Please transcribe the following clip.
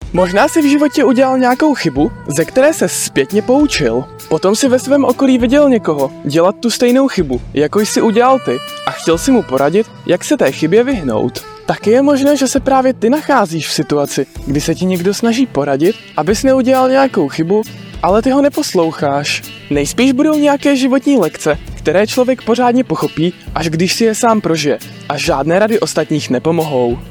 Možná si v životě udělal nějakou chybu, ze které se zpětně poučil. Potom si ve svém okolí viděl někoho dělat tu stejnou chybu, jako jsi udělal ty, a chtěl si mu poradit, jak se té chybě vyhnout. Taky je možné, že se právě ty nacházíš v situaci, kdy se ti někdo snaží poradit, abys neudělal nějakou chybu, ale ty ho neposloucháš. Nejspíš budou nějaké životní lekce, které člověk pořádně pochopí, až když si je sám prožije, a žádné rady ostatních nepomohou.